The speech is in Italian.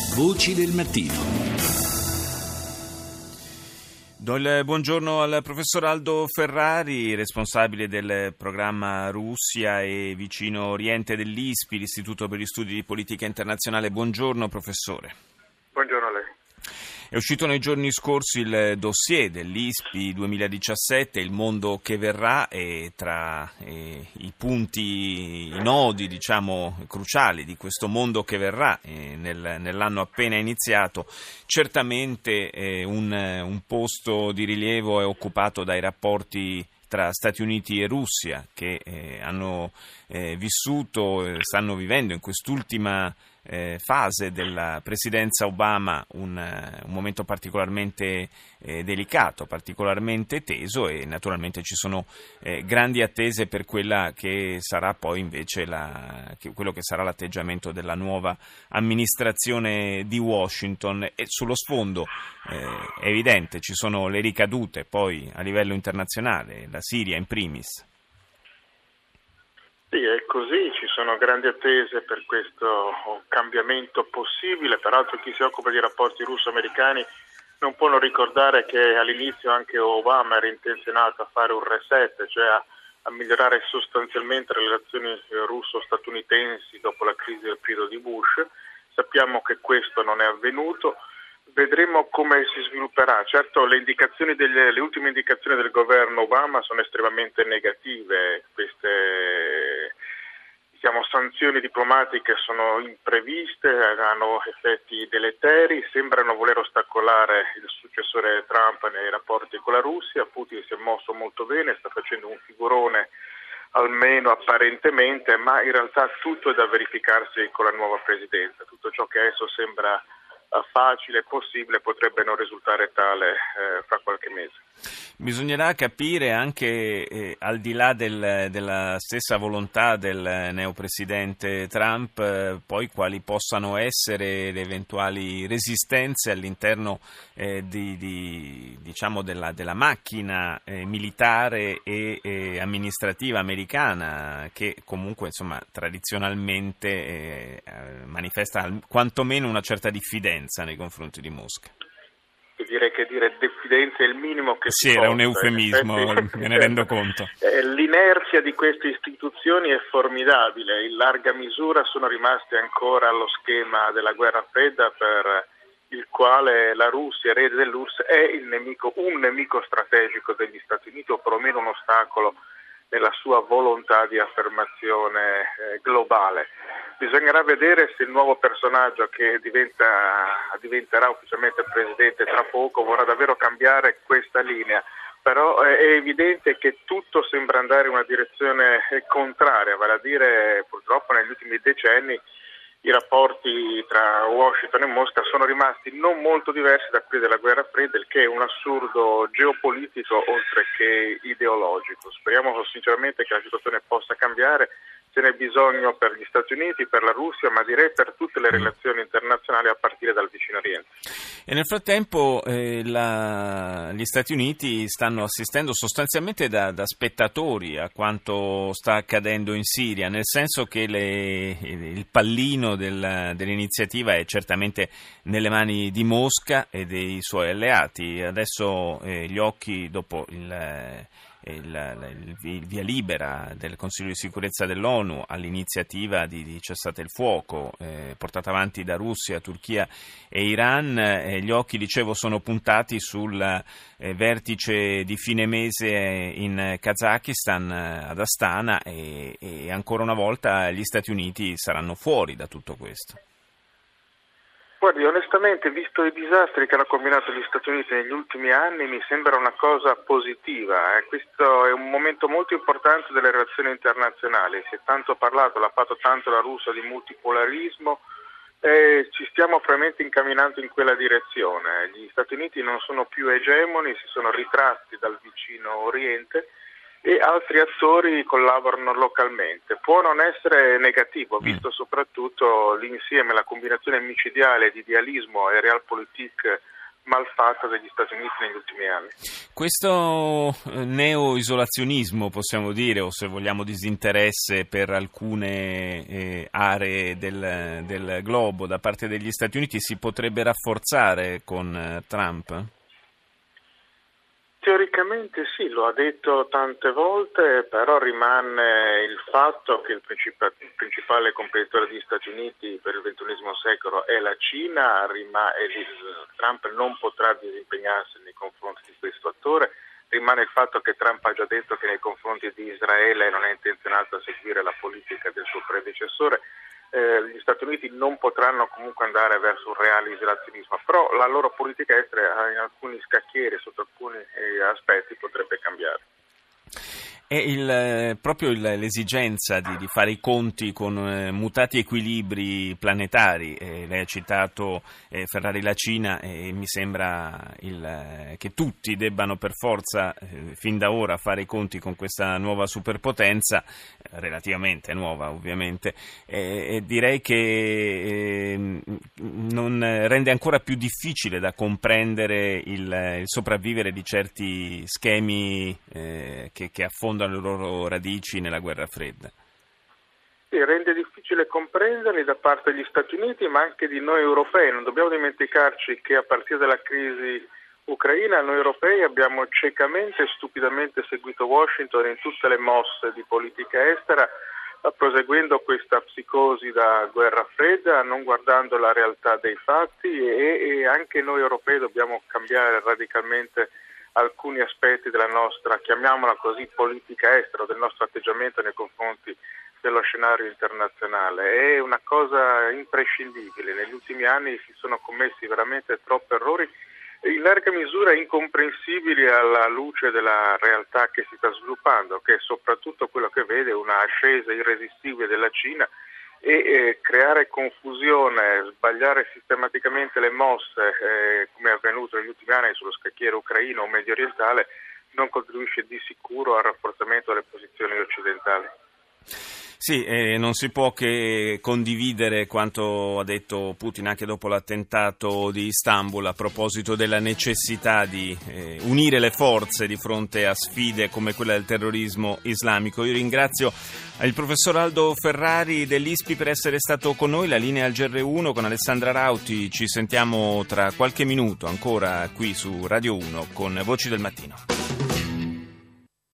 Voci del mattino. Do il buongiorno al professor Aldo Ferrari, responsabile del programma Russia e Vicino Oriente dell'ISPI, l'Istituto per gli Studi di Politica Internazionale. Buongiorno professore. Buongiorno a lei. È uscito nei giorni scorsi il dossier dell'ISPI 2017, Il mondo che verrà, e tra i punti, i nodi cruciali di questo mondo che verrà nell'anno appena iniziato, certamente un posto di rilievo è occupato dai rapporti tra Stati Uniti e Russia, che hanno stanno vivendo in quest'ultima fase della presidenza Obama un momento particolarmente delicato, particolarmente teso, e naturalmente ci sono grandi attese per quella che sarà poi invece quello che sarà l'atteggiamento della nuova amministrazione di Washington. E sullo sfondo è evidente, ci sono le ricadute poi a livello internazionale, la Siria in primis. Sì, è così, ci sono grandi attese per questo cambiamento possibile. Peraltro chi si occupa di rapporti russo-americani non può non ricordare che all'inizio anche Obama era intenzionato a fare un reset, cioè a migliorare sostanzialmente le relazioni russo-statunitensi dopo la crisi del periodo di Bush. Sappiamo che questo non è avvenuto. Vedremo come si svilupperà. Certo, le ultime indicazioni del governo Obama sono estremamente negative. Queste sanzioni diplomatiche sono impreviste, hanno effetti deleteri, sembrano voler ostacolare il successore Trump nei rapporti con la Russia. Putin si è mosso molto bene, sta facendo un figurone almeno apparentemente, ma in realtà tutto è da verificarsi con la nuova presidenza. Tutto ciò che adesso sembra facile e possibile potrebbe non risultare tale fra qualche mese. Bisognerà capire anche, al di là della stessa volontà del neopresidente Trump, poi quali possano essere le eventuali resistenze all'interno della macchina militare e amministrativa americana, che comunque tradizionalmente manifesta quantomeno una certa diffidenza nei confronti di Mosca. Direi che dire diffidenza è il minimo che si era possa. Un eufemismo, me ne rendo conto. L'inerzia di queste istituzioni è formidabile, in larga misura sono rimaste ancora allo schema della guerra fredda, per il quale la Russia, erede dell'URSS, è un nemico strategico degli Stati Uniti, o perlomeno un ostacolo nella sua volontà di affermazione globale. Bisognerà vedere se il nuovo personaggio che diventerà ufficialmente presidente tra poco vorrà davvero cambiare questa linea, però è evidente che tutto sembra andare in una direzione contraria, vale a dire purtroppo negli ultimi decenni i rapporti tra Washington e Mosca sono rimasti non molto diversi da quelli della guerra fredda, il che è un assurdo geopolitico oltre che ideologico. Speriamo sinceramente che la situazione possa cambiare. Ce n'è bisogno per gli Stati Uniti, per la Russia, ma direi per tutte le relazioni internazionali a partire dal Vicino Oriente. E nel frattempo gli Stati Uniti stanno assistendo sostanzialmente da spettatori a quanto sta accadendo in Siria, nel senso che il pallino dell'iniziativa è certamente nelle mani di Mosca e dei suoi alleati. Adesso gli occhi, dopo il via libera del Consiglio di sicurezza dell'ONU all'iniziativa di cessate il fuoco portata avanti da Russia, Turchia e Iran, gli occhi, dicevo, sono puntati sul vertice di fine mese in Kazakistan, ad Astana, e ancora una volta gli Stati Uniti saranno fuori da tutto questo. Guardi, onestamente, visto i disastri che hanno combinato gli Stati Uniti negli ultimi anni, mi sembra una cosa positiva. Questo è un momento molto importante delle relazioni internazionali. Si è tanto parlato, l'ha fatto tanto la Russia, di multipolarismo, e ci stiamo probabilmente incamminando in quella direzione. Gli Stati Uniti non sono più egemoni, si sono ritratti dal Vicino Oriente e altri attori collaborano localmente. Può non essere negativo, visto soprattutto l'insieme, la combinazione micidiale di idealismo e realpolitik malfatto degli Stati Uniti negli ultimi anni. Questo neo-isolazionismo, possiamo dire, o se vogliamo disinteresse per alcune aree del globo da parte degli Stati Uniti, si potrebbe rafforzare con Trump? Teoricamente sì, lo ha detto tante volte, però rimane il fatto che il principale competitore degli Stati Uniti per il XXI secolo è la Cina, Trump non potrà disimpegnarsi nei confronti di questo attore, rimane il fatto che Trump ha già detto che nei confronti di Israele non è intenzionato a seguire la politica del suo predecessore. Gli Stati Uniti non potranno comunque andare verso un reale isolazionismo, però la loro politica estera in alcuni scacchieri, sotto alcuni aspetti, potrebbe cambiare. È proprio l'esigenza di fare i conti con mutati equilibri planetari. Lei ha citato Ferrari la Cina e mi sembra che tutti debbano per forza fin da ora fare i conti con questa nuova superpotenza, relativamente nuova ovviamente, e direi che non rende ancora più difficile da comprendere il sopravvivere di certi schemi che affondano le loro radici nella guerra fredda. Sì, rende difficile comprenderli da parte degli Stati Uniti, ma anche di noi europei. Non dobbiamo dimenticarci che a partire dalla crisi ucraina noi europei abbiamo ciecamente e stupidamente seguito Washington in tutte le mosse di politica estera, proseguendo questa psicosi da guerra fredda, non guardando la realtà dei fatti, e anche noi europei dobbiamo cambiare radicalmente alcuni aspetti della nostra, chiamiamola così, politica estera, del nostro atteggiamento nei confronti dello scenario internazionale. È una cosa imprescindibile. Negli ultimi anni si sono commessi veramente troppi errori, in larga misura incomprensibili alla luce della realtà che si sta sviluppando, che è soprattutto quello che vede una ascesa irresistibile della Cina, e creare confusione, sbagliare sistematicamente le mosse, come è avvenuto negli ultimi anni sullo scacchiere ucraino o medio orientale, non contribuisce di sicuro al rafforzamento delle posizioni occidentali. Sì, non si può che condividere quanto ha detto Putin anche dopo l'attentato di Istanbul a proposito della necessità di unire le forze di fronte a sfide come quella del terrorismo islamico. Io ringrazio il professor Aldo Ferrari dell'ISPI per essere stato con noi. La linea al GR1 con Alessandra Rauti. Ci sentiamo tra qualche minuto ancora qui su Radio 1 con Voci del Mattino.